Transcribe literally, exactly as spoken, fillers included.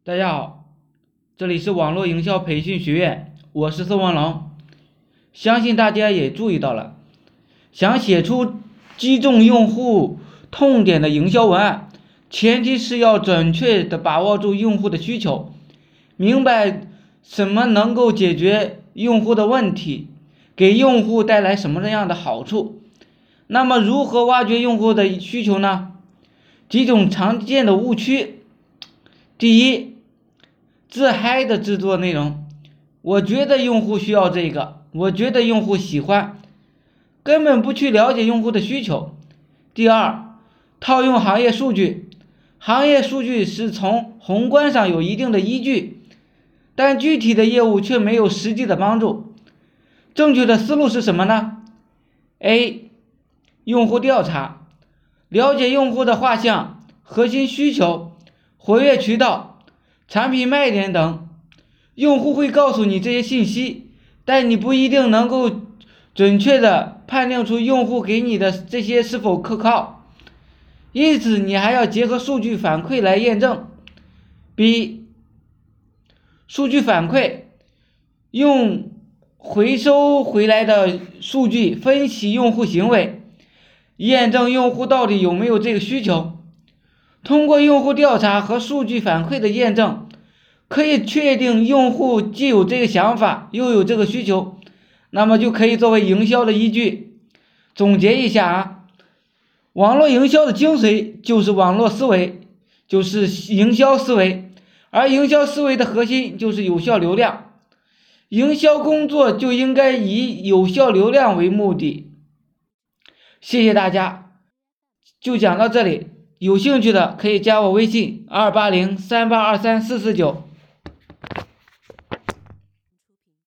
大家好，这里是网络营销培训学院，我是宋文龙。相信大家也注意到了，想写出击中用户痛点的营销文案，前提是要准确地把握住用户的需求，明白什么能够解决用户的问题，给用户带来什么样的好处。那么如何挖掘用户的需求呢？几种常见的误区。第一，自嗨的制作内容，我觉得用户需要这个，我觉得用户喜欢，根本不去了解用户的需求。第二，套用行业数据，行业数据是从宏观上有一定的依据，但具体的业务却没有实际的帮助。正确的思路是什么呢？ A. 用户调查，了解用户的画像、核心需求、活跃渠道、产品卖点等，用户会告诉你这些信息，但你不一定能够准确地判定出用户给你的这些是否可靠，因此你还要结合数据反馈来验证。B. 数据反馈，用回收回来的数据分析用户行为，验证用户到底有没有这个需求。通过用户调查和数据反馈的验证，可以确定用户既有这个想法又有这个需求，那么就可以作为营销的依据。总结一下啊，网络营销的精髓就是网络思维，就是营销思维，而营销思维的核心就是有效流量。营销工作就应该以有效流量为目的。谢谢大家，就讲到这里。有兴趣的可以加我微信二八零三八二三四四九。